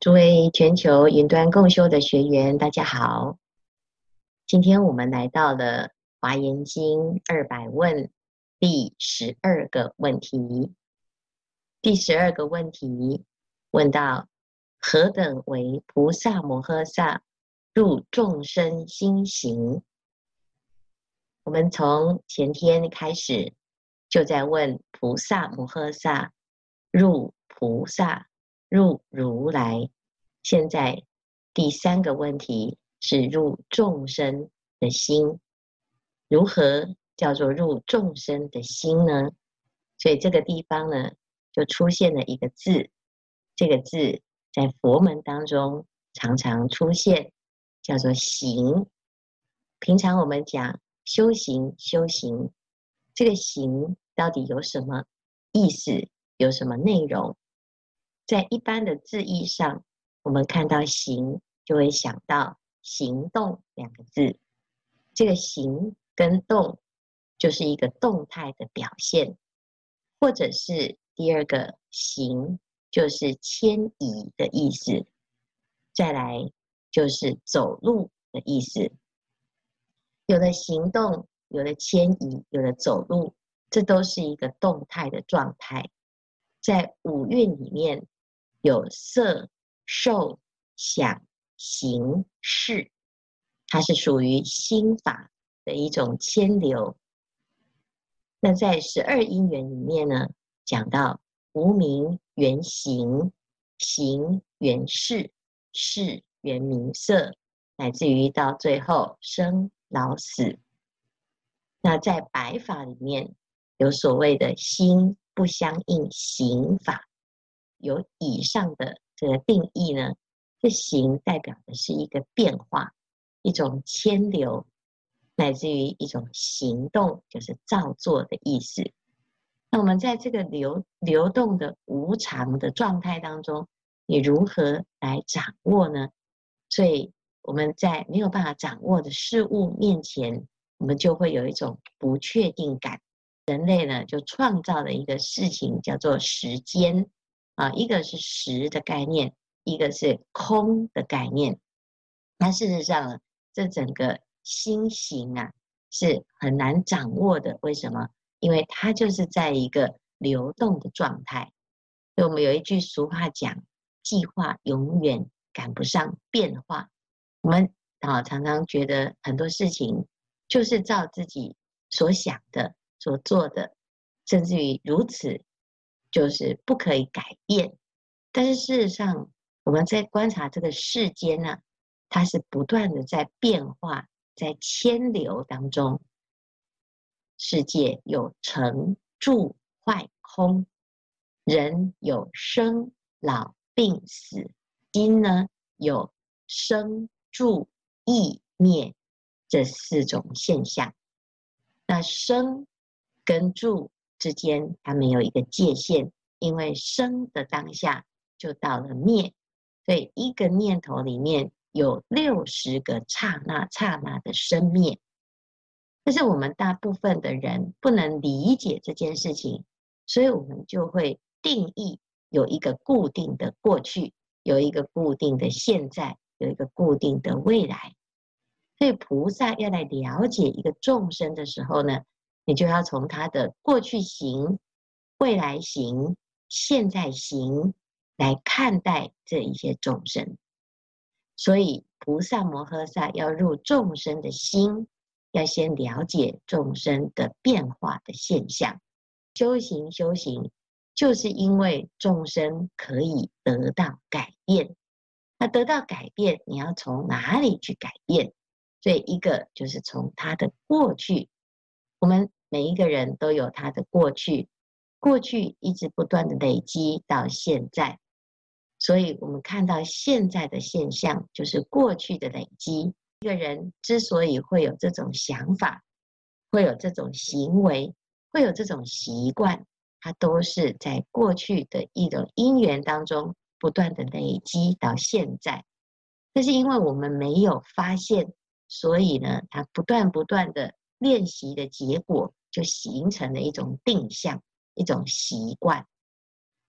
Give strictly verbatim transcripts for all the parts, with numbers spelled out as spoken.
诸位全球云端共修的学员，大家好。今天我们来到了华严经二百问第十二个问题。第十二个问题问到：何等为菩萨摩诃萨入众生心行？我们从前天开始就在问菩萨摩诃萨入菩萨入如来，现在第三个问题是入众生的心。如何叫做入众生的心呢？所以这个地方呢，就出现了一个字，这个字在佛门当中常常出现，叫做行。平常我们讲修行，修行，这个行到底有什么意思，有什么内容？在一般的字义上，我们看到行就会想到行动两个字。这个行跟动就是一个动态的表现，或者是第二个行就是迁移的意思，再来就是走路的意思。有的行动，有的迁移，有的走路，这都是一个动态的状态。在五蕴里面有色、受、想、行、识，它是属于心法的一种牵流。那在十二因缘里面呢，讲到无明缘行，行缘识，识缘名色，乃至于到最后生老死。那在白法里面有所谓的心不相应行法，有以上的这个定义呢，这行代表的是一个变化，一种牵流，乃至于一种行动，就是造作的意思。那我们在这个流流动的无常的状态当中，你如何来掌握呢？所以我们在没有办法掌握的事物面前，我们就会有一种不确定感。人类呢，就创造了一个事情叫做时间啊，一个是时的概念，一个是空的概念。那事实上呢，这整个心行啊是很难掌握的。为什么？因为它就是在一个流动的状态。所以我们有一句俗话讲，计划永远赶不上变化。我们啊常常觉得很多事情就是照自己所想的所做的，甚至于如此就是不可以改变。但是事实上我们在观察这个世间呢、啊，它是不断的在变化，在迁流当中。世界有成住坏空，人有生老病死，心呢有生住异灭这四种现象。那生跟住之间它没有一个界限，因为生的当下就到了灭，所以一个念头里面有六十个刹那刹那的生灭。但是我们大部分的人不能理解这件事情，所以我们就会定义有一个固定的过去，有一个固定的现在，有一个固定的未来。所以菩萨要来了解一个众生的时候呢，你就要从他的过去行、未来行、现在行来看待这一些众生。所以菩萨摩诃萨要入众生的心，要先了解众生的变化的现象。修行修行就是因为众生可以得到改变。那得到改变，你要从哪里去改变？所以一个就是从他的过去，我们每一个人都有他的过去，过去一直不断的累积到现在。所以我们看到现在的现象就是过去的累积。一个人之所以会有这种想法，会有这种行为，会有这种习惯，它都是在过去的一种因缘当中不断的累积到现在。但是因为我们没有发现，所以呢，它不断不断的练习的结果，就形成了一种定向，一种习惯。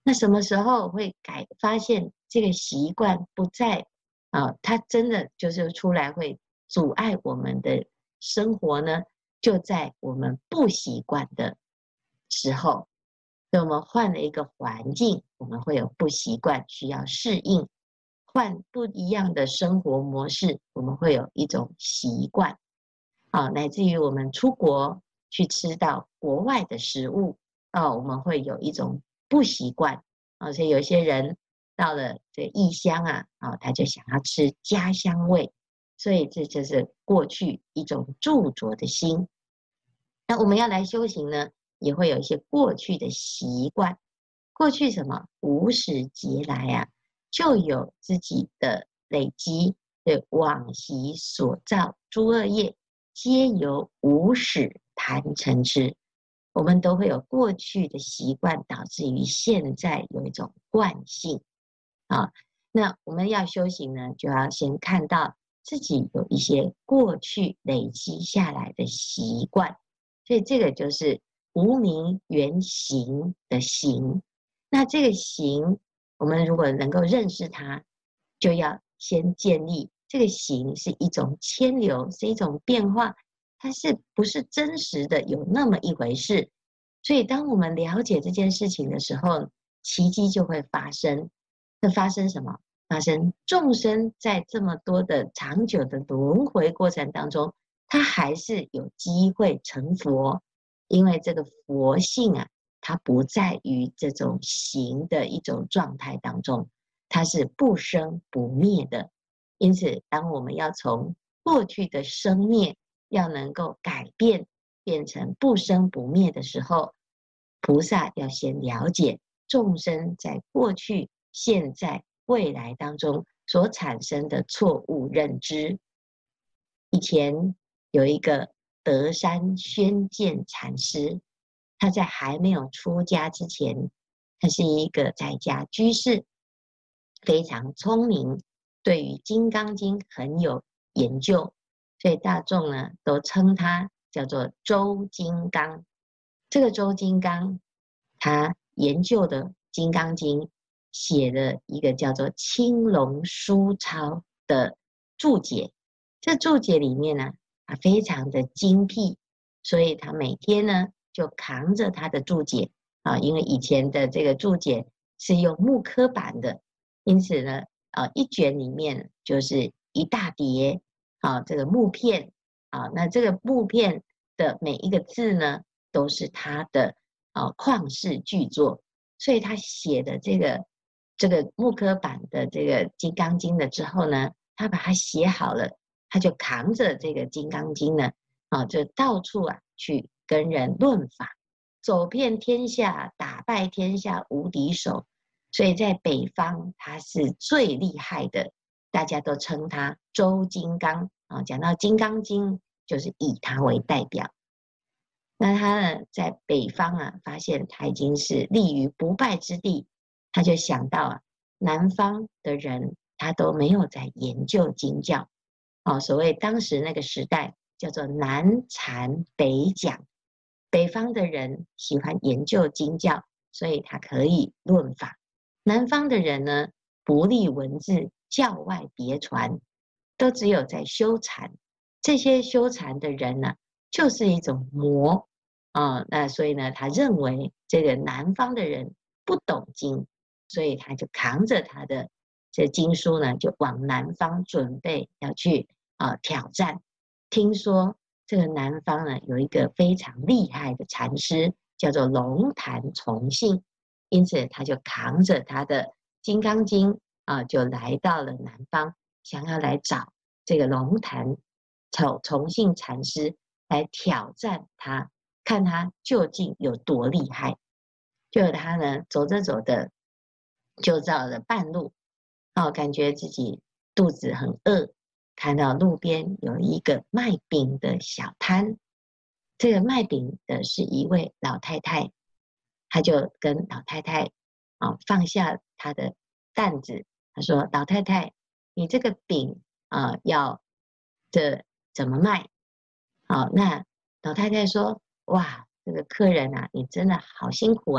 那什么时候会改发现这个习惯不在啊？它真的就是出来会阻碍我们的生活呢？就在我们不习惯的时候，所以我们换了一个环境，我们会有不习惯，需要适应；换不一样的生活模式，我们会有一种习惯。啊，乃至于我们出国去吃到国外的食物，啊，我们会有一种不习惯。啊，所以有些人到了这异乡啊，啊，他就想要吃家乡味，所以这就是过去一种著着的心。那我们要来修行呢，也会有一些过去的习惯。过去什么无始劫来啊，就有自己的累积，对往昔所造诸恶业，皆由无始贪嗔痴。我们都会有过去的习惯，导致于现在有一种惯性啊。那我们要修行呢，就要先看到自己有一些过去累积下来的习惯，所以这个就是无明原形的形。那这个形，我们如果能够认识它，就要先建立这个形是一种牵流，是一种变化，它是不是真实的有那么一回事？所以当我们了解这件事情的时候，奇迹就会发生。那发生什么？发生众生在这么多的长久的轮回过程当中，他还是有机会成佛，因为这个佛性啊，它不在于这种形的一种状态当中，它是不生不灭的。因此，当我们要从过去的生灭，要能够改变，变成不生不灭的时候，菩萨要先了解众生在过去、现在、未来当中所产生的错误认知。以前有一个德山宣鉴禅师，他在还没有出家之前，他是一个在家居士，非常聪明，对于《金刚经》很有研究，所以大众呢都称他叫做周金刚。这个周金刚，他研究的《金刚经》，写了一个叫做《青龙书钞》的注解。这注解里面呢，他非常的精辟，所以他每天呢就扛着他的注解啊，因为以前的这个注解是用木刻版的，因此呢，啊，一卷里面就是一大叠啊，这个木片啊，那这个木片的每一个字呢，都是他的啊旷世巨作，所以他写的这个这个木刻版的这个《金刚经》了之后呢，他把它写好了，他就扛着这个《金刚经》呢，啊，就到处啊去跟人论法，走遍天下，打败天下无敌手。所以在北方他是最厉害的，大家都称他周金刚啊。讲到《金刚经》，就是以他为代表。那他呢，在北方啊，发现他已经是立于不败之地，他就想到啊，南方的人他都没有在研究经教，哦，所谓当时那个时代叫做南禅北讲，北方的人喜欢研究经教，所以他可以论法。南方的人呢，不立文字，教外别传，都只有在修禅。这些修禅的人呢，就是一种魔啊、呃。那所以呢，他认为这个南方的人不懂经，所以他就扛着他的这经书呢，就往南方准备要去啊、呃、挑战。听说这个南方呢，有一个非常厉害的禅师，叫做龙潭崇信。因此他就扛着他的《金刚经》啊，就来到了南方，想要来找这个龙潭崇崇信禅师来挑战他，看他究竟有多厉害。就他呢，走着走着，就到了半路，哦，感觉自己肚子很饿，看到路边有一个卖饼的小摊，这个卖饼的是一位老太太。他就跟老太太啊放下他的担子，他说：“老太太，你这个饼啊要这怎么卖？”好，那老太太说：“哇，这个客人啊，你真的好辛苦啊！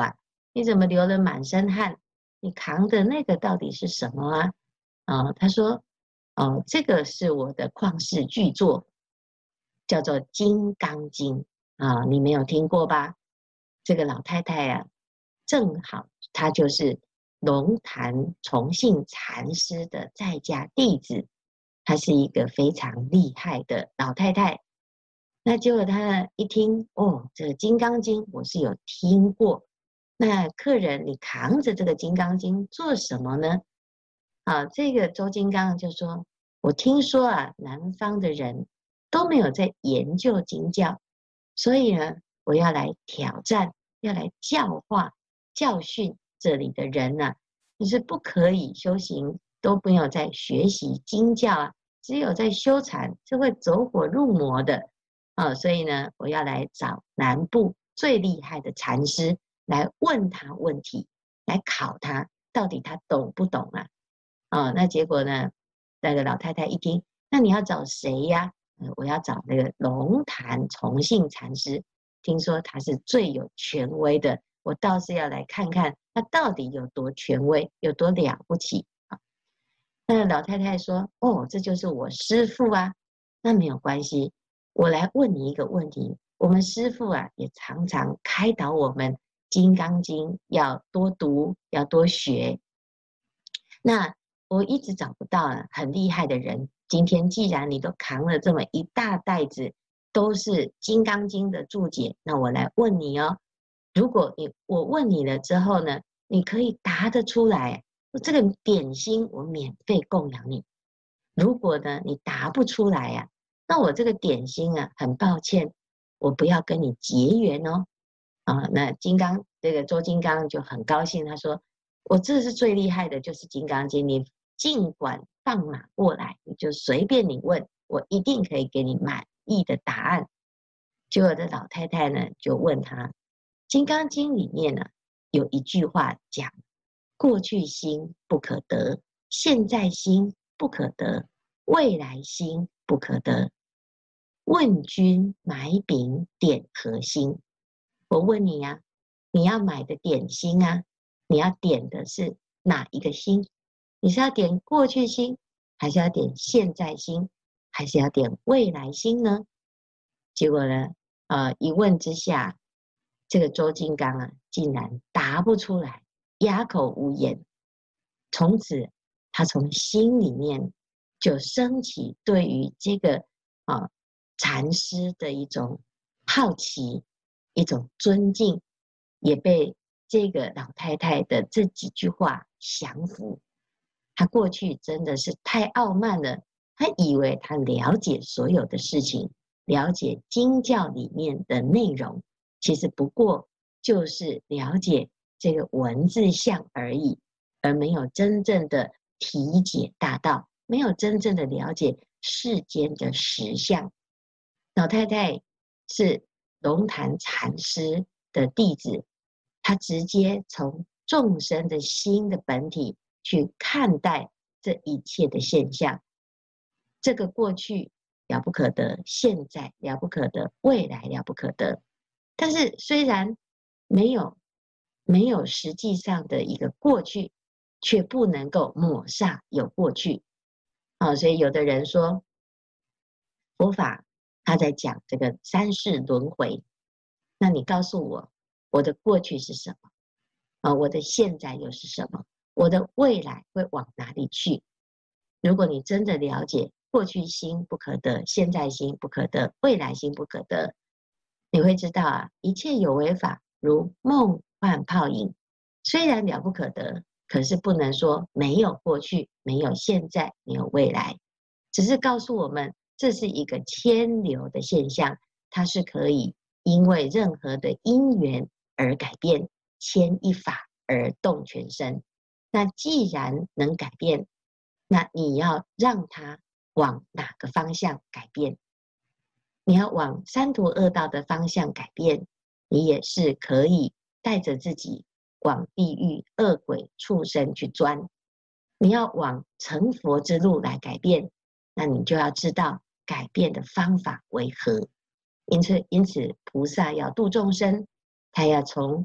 你怎么流了满身汗？你扛的那个到底是什么啊？啊，他说，哦，这个是我的旷世巨作，叫做《金刚经》啊，你没有听过吧？这个老太太啊，正好她就是龙潭崇信禅师的在家弟子，她是一个非常厉害的老太太。那结果她一听，哦，这个《金刚经》我是有听过。那客人，你扛着这个《金刚经》做什么呢？啊，这个周金刚就说：“我听说啊，南方的人都没有在研究经教，所以呢，我要来挑战，要来教化、教训这里的人呢、啊，就是不可以修行，都没有在学习经教啊，只有在修禅，是会走火入魔的啊。所以呢，我要来找南部最厉害的禅师来问他问题，来考他，到底他懂不懂啊？”哦，那结果呢？那个老太太一听，那你要找谁呀？呃我要找那个龙潭崇信禅师，听说他是最有权威的，我倒是要来看看他到底有多权威，有多了不起啊！那老太太说：“哦，这就是我师父啊。”那没有关系，我来问你一个问题。我们师父啊，也常常开导我们《金刚经》要多读，要多学。那我一直找不到啊，很厉害的人。今天既然你都扛了这么一大袋子，都是《金刚经》的注解，那我来问你哦。如果你我问你了之后呢，你可以答得出来，这个点心我免费供养你。如果呢你答不出来呀、啊，那我这个点心啊，很抱歉，我不要跟你结缘哦。啊，那金刚这个周金刚就很高兴，他说：“我这是最厉害的，就是《金刚经》，你尽管放马过来，你就随便你问，我一定可以给你满意的答案。”结果这老太太呢就问他，《金刚经》里面呢有一句话讲：过去心不可得，现在心不可得，未来心不可得。问君买饼点何心？我问你呀、啊，你要买的点心啊，你要点的是哪一个心？你是要点过去心，还是要点现在心，还是要点未来心呢？结果呢，呃，一问之下，这个周金刚啊，竟然答不出来，哑口无言。从此，他从心里面就升起对于这个啊禅师的一种好奇，一种尊敬，也被这个老太太的这几句话降服。他过去真的是太傲慢了，他以为他了解所有的事情，了解经教里面的内容，其实不过就是了解这个文字相而已，而没有真正的体解大道，没有真正的了解世间的实相。老太太是龙潭禅师的弟子，她直接从众生的心的本体去看待这一切的现象。这个过去了不可得，现在了不可得，未来了不可得。但是虽然没有没有实际上的一个过去，却不能够抹煞有过去啊。所以有的人说，佛法他在讲这个三世轮回，那你告诉我，我的过去是什么啊？我的现在又是什么？我的未来会往哪里去？如果你真的了解过去心不可得，现在心不可得，未来心不可得，你会知道啊，一切有为法如梦幻泡影，虽然了不可得，可是不能说没有过去，没有现在，没有未来，只是告诉我们这是一个牵流的现象，它是可以因为任何的因缘而改变，牵一法而动全身。那既然能改变，那你要让它往哪个方向改变？你要往三途恶道的方向改变，你也是可以带着自己往地狱、恶鬼、畜生去钻。你要往成佛之路来改变，那你就要知道改变的方法为何。因此，因此，菩萨要度众生，他要从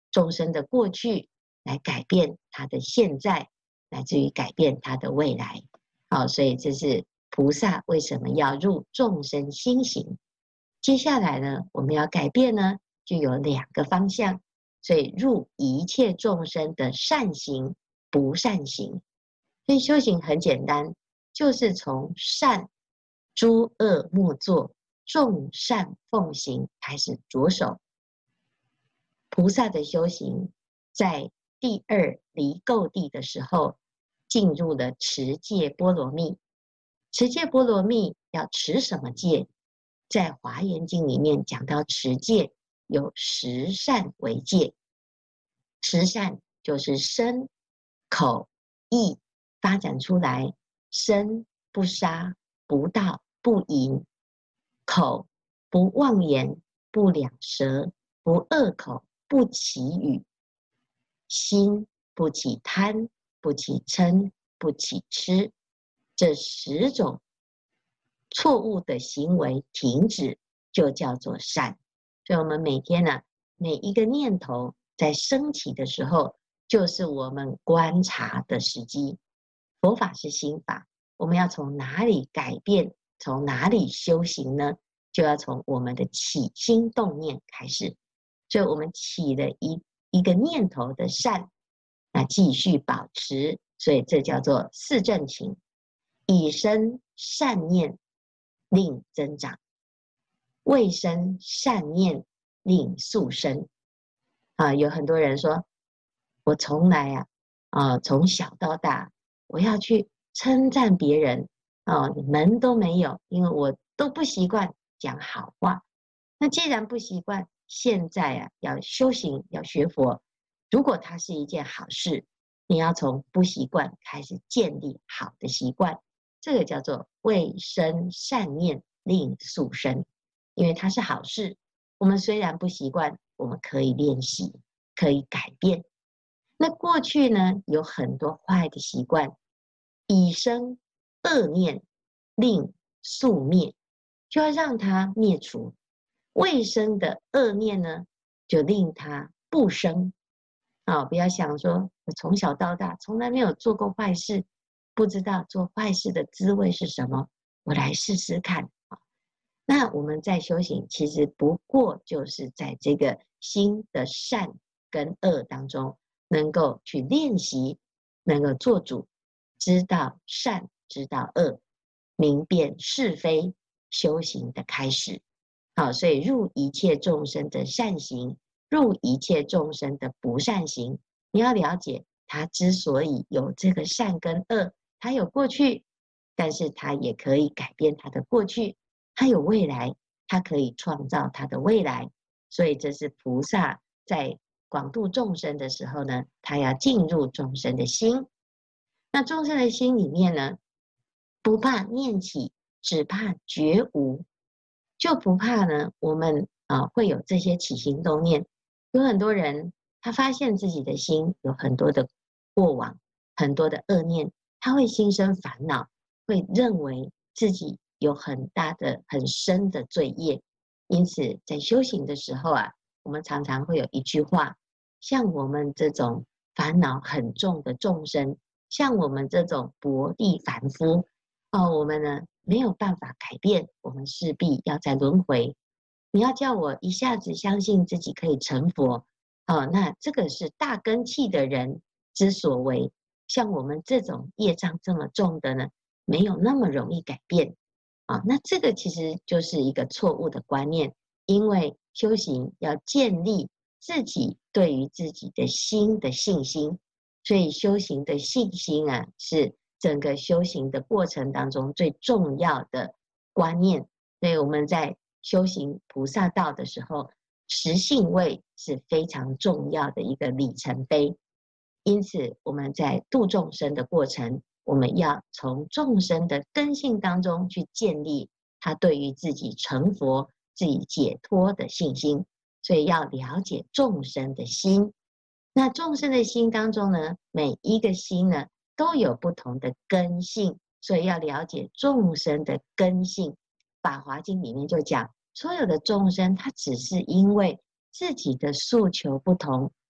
众生的过去，来改变他的现在，乃至于改变他的未来。好，所以这是菩萨为什么要入众生心行。接下来呢，我们要改变呢，就有两个方向，所以入一切众生的善行、不善行。所以修行很简单，就是从善诸恶莫作，众善奉行开始着手。菩萨的修行在第二离垢地的时候，进入了持戒波罗蜜。持戒波罗蜜要持什么戒？在华严经里面讲到持戒有十善为戒，十善就是身、口、意发展出来。身不杀、不盗、不淫；口不妄言、不两舌、不恶口、不绮语；心不起贪、不起嗔、不起痴。这十种错误的行为停止，就叫做善。所以我们每天呢，每一个念头在升起的时候，就是我们观察的时机。佛法是心法，我们要从哪里改变，从哪里修行呢？就要从我们的起心动念开始。所以我们起了一一个念头的善，那继续保持，所以这叫做四正勤。以生善念令增长，未生善念令速生。啊，有很多人说，我从来啊，啊，从小到大，我要去称赞别人，啊，门都没有，因为我都不习惯讲好话。那既然不习惯，现在啊，要修行，要学佛。如果它是一件好事，你要从不习惯开始建立好的习惯。这个叫做未生善念令速生，因为它是好事。我们虽然不习惯，我们可以练习，可以改变。那过去呢，有很多坏的习惯，以生恶念令速灭，就要让它灭除。未生的恶念呢，就令它不生。啊、哦，不要想说我从小到大从来没有做过坏事，不知道做坏事的滋味是什么，我来试试看。那我们在修行，其实不过就是在这个心的善跟恶当中，能够去练习，能够做主，知道善，知道恶，明辨是非，修行的开始。好，所以入一切众生的善行，入一切众生的不善行，你要了解他之所以有这个善跟恶，他有过去，但是他也可以改变他的过去，他有未来，他可以创造他的未来。所以这是菩萨在广度众生的时候呢，他要进入众生的心。那众生的心里面呢，不怕念起，只怕觉无。就不怕呢，我们啊、呃、会有这些起心动念。有很多人他发现自己的心有很多的过往，很多的恶念，他会心生烦恼，会认为自己有很大的很深的罪业。因此在修行的时候啊，我们常常会有一句话，像我们这种烦恼很重的众生，像我们这种薄地凡夫哦，我们呢没有办法改变，我们势必要在轮回。你要叫我一下子相信自己可以成佛，哦，那这个是大根器的人之所为。像我们这种业障这么重的呢，没有那么容易改变啊。那这个其实就是一个错误的观念，因为修行要建立自己对于自己的心的信心，所以修行的信心啊，是整个修行的过程当中最重要的观念。所以我们在修行菩萨道的时候，实信位是非常重要的一个里程碑。因此我们在度众生的过程，我们要从众生的根性当中去建立他对于自己成佛、自己解脱的信心。所以要了解众生的心。那众生的心当中呢，每一个心呢都有不同的根性，所以要了解众生的根性。法华经里面就讲，所有的众生他只是因为自己的诉求不同，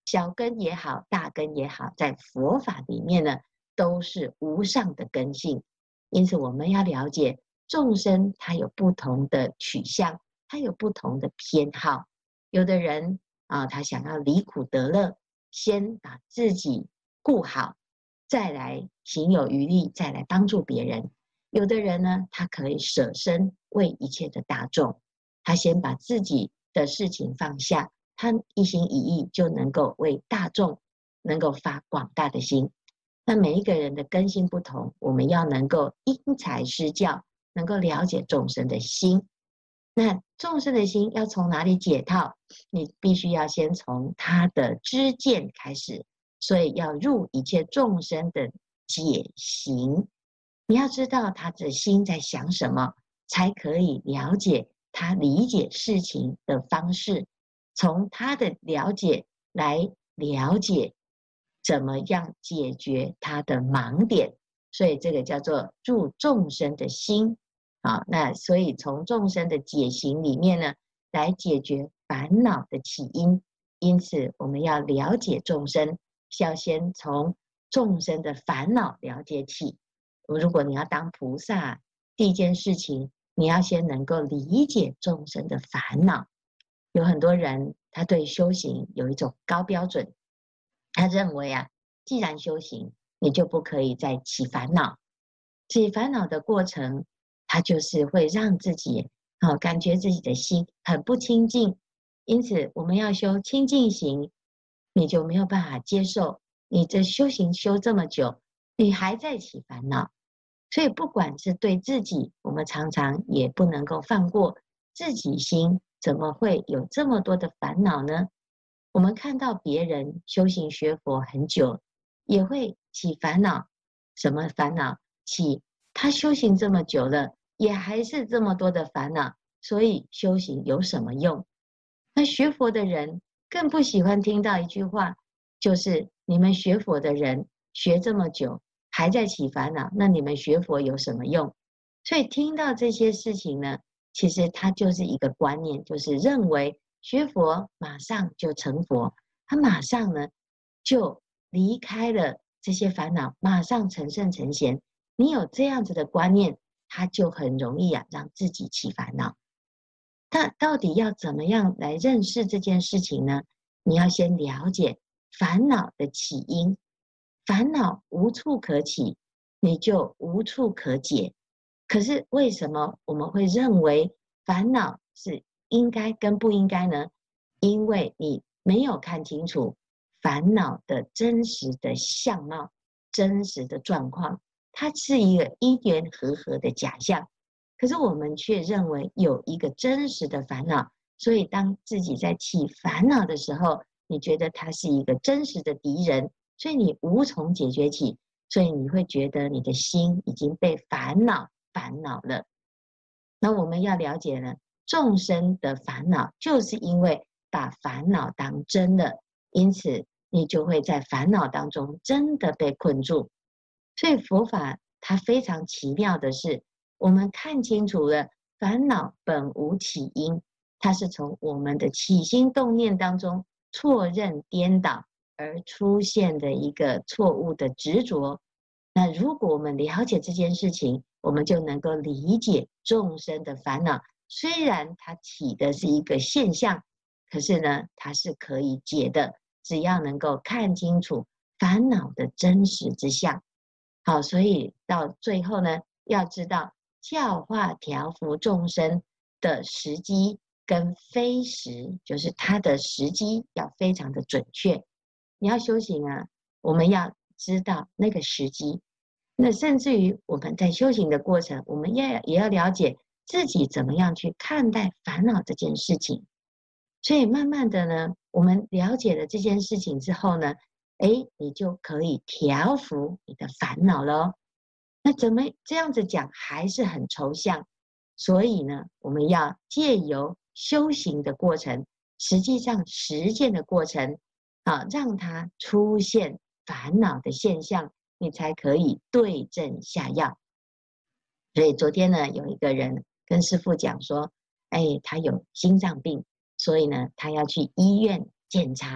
小根也好，大根也好，在佛法里面呢，都是无上的根性。因此，我们要了解众生，他有不同的取向，他有不同的偏好。有的人啊，他想要离苦得乐，先把自己顾好，再来行有余力，再来帮助别人。有的人呢，他可以舍身为一切的大众，他先把自己的事情放下，他一心一意就能够为大众能够发广大的心。那每一个人的根性不同，我们要能够因材施教，能够了解众生的心。那众生的心要从哪里解套？你必须要先从他的知见开始，所以要入一切众生的解行。你要知道他的心在想什么，才可以了解他理解事情的方式，从他的了解来了解怎么样解决他的盲点。所以这个叫做入众生的心。好，那所以从众生的解行里面呢，来解决烦恼的起因。因此，我们要了解众生，要先从众生的烦恼了解起。如果你要当菩萨，第一件事情，你要先能够理解众生的烦恼。有很多人，他对修行有一种高标准，他认为啊，既然修行，你就不可以再起烦恼。起烦恼的过程，他就是会让自己好、哦、感觉自己的心很不清净。因此，我们要修清净行，你就没有办法接受你这修行修这么久，你还在起烦恼。所以，不管是对自己，我们常常也不能够放过自己心，怎么会有这么多的烦恼呢？我们看到别人修行学佛很久，也会起烦恼。什么烦恼？起他修行这么久了，也还是这么多的烦恼，所以修行有什么用？那学佛的人更不喜欢听到一句话，就是你们学佛的人学这么久，还在起烦恼，那你们学佛有什么用？所以听到这些事情呢，其实它就是一个观念，就是认为学佛马上就成佛，他马上呢就离开了这些烦恼，马上成圣成贤。你有这样子的观念，他就很容易啊让自己起烦恼。但到底要怎么样来认识这件事情呢？你要先了解烦恼的起因。烦恼无处可起，你就无处可解。可是为什么我们会认为烦恼是应该跟不应该呢？因为你没有看清楚烦恼的真实的相貌、真实的状况，它是一个因缘和合的假象。可是我们却认为有一个真实的烦恼，所以当自己在起烦恼的时候，你觉得它是一个真实的敌人，所以你无从解决起，所以你会觉得你的心已经被烦恼烦恼了。那我们要了解呢，众生的烦恼就是因为把烦恼当真了，因此你就会在烦恼当中真的被困住。所以佛法它非常奇妙的是，我们看清楚了烦恼本无起因，它是从我们的起心动念当中错认颠倒而出现的一个错误的执着。那如果我们了解这件事情，我们就能够理解众生的烦恼。虽然它起的是一个现象，可是呢，它是可以解的，只要能够看清楚烦恼的真实之相。好，所以到最后呢，要知道教化调伏众生的时机跟非时，就是它的时机要非常的准确。你要修行啊，我们要知道那个时机。那甚至于我们在修行的过程，我们也也要了解自己怎么样去看待烦恼这件事情。所以慢慢的呢，我们了解了这件事情之后呢，哎，你就可以调伏你的烦恼了。那怎么这样子讲还是很抽象？所以呢，我们要借由修行的过程，实际上实践的过程啊，让它出现烦恼的现象，你才可以对症下药。所以昨天呢，有一个人跟师父讲说，哎，他有心脏病，所以呢，他要去医院检查。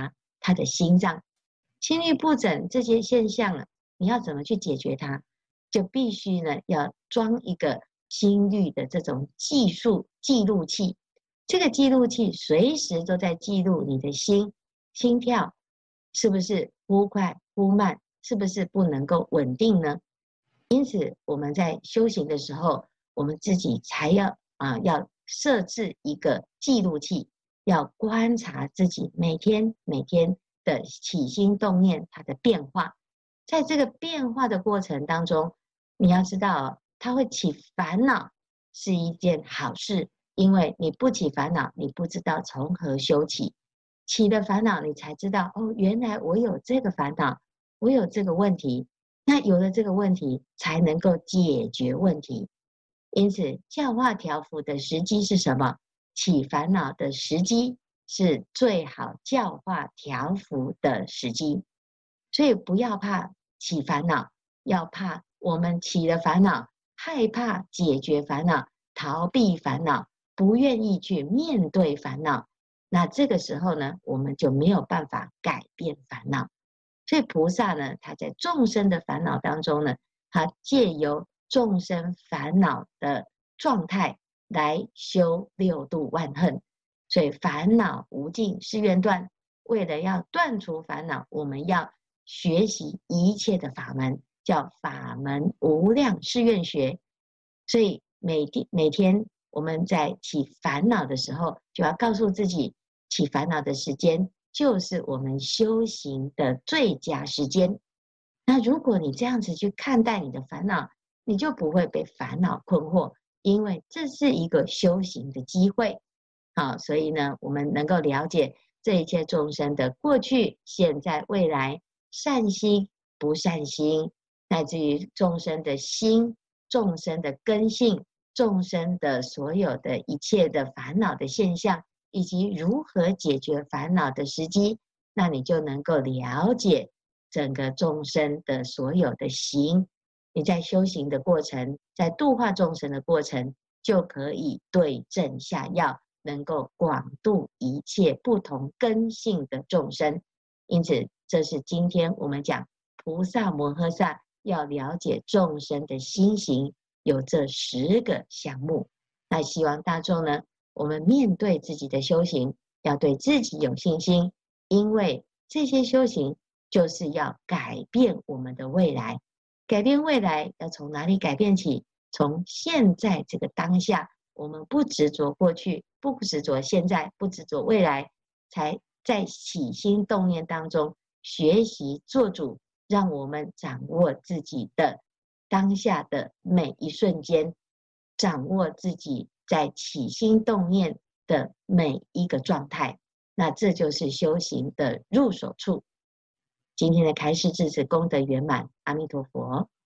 他的心脏。心律不整这些现象啊，你要怎么去解决它？就必须呢要装一个心律的这种计数记录器。这个记录器随时都在记录你的心心跳是不是忽快忽慢，是不是不能够稳定呢？因此我们在修行的时候，我们自己才要啊要设置一个记录器，要观察自己每天每天的起心动念它的变化。在这个变化的过程当中，你要知道它会起烦恼是一件好事，因为你不起烦恼，你不知道从何修起。起了烦恼，你才知道哦，原来我有这个烦恼，我有这个问题。那有了这个问题，才能够解决问题。因此，教化调伏的时机是什么？起烦恼的时机是最好教化调伏的时机。所以不要怕起烦恼，要怕我们起了烦恼，害怕解决烦恼，逃避烦恼，不愿意去面对烦恼。那这个时候呢，我们就没有办法改变烦恼。所以菩萨呢，他在众生的烦恼当中呢，他借由众生烦恼的状态来修六度万恨。所以烦恼无尽誓愿断，为了要断除烦恼，我们要学习一切的法门，叫法门无量誓愿学。所以每天每天我们在起烦恼的时候，就要告诉自己，起烦恼的时间就是我们修行的最佳时间。那如果你这样子去看待你的烦恼，你就不会被烦恼困惑，因为这是一个修行的机会。好，所以呢，我们能够了解这一切众生的过去、现在、未来，善心、不善心，乃至于众生的心、众生的根性、众生的所有的一切的烦恼的现象，以及如何解决烦恼的时机，那你就能够了解整个众生的所有的行。你在修行的过程，在度化众生的过程，就可以对症下药，能够广度一切不同根性的众生。因此，这是今天我们讲菩萨摩诃萨要了解众生的心行，有这十个项目。那希望大众呢，我们面对自己的修行，要对自己有信心，因为这些修行就是要改变我们的未来。改变未来要从哪里改变起？从现在这个当下，我们不执着过去，不执着现在，不执着未来，才在起心动念当中学习做主，让我们掌握自己的当下的每一瞬间，掌握自己在起心动念的每一个状态。那这就是修行的入手处。今天的开示至此功德圆满，阿弥陀佛。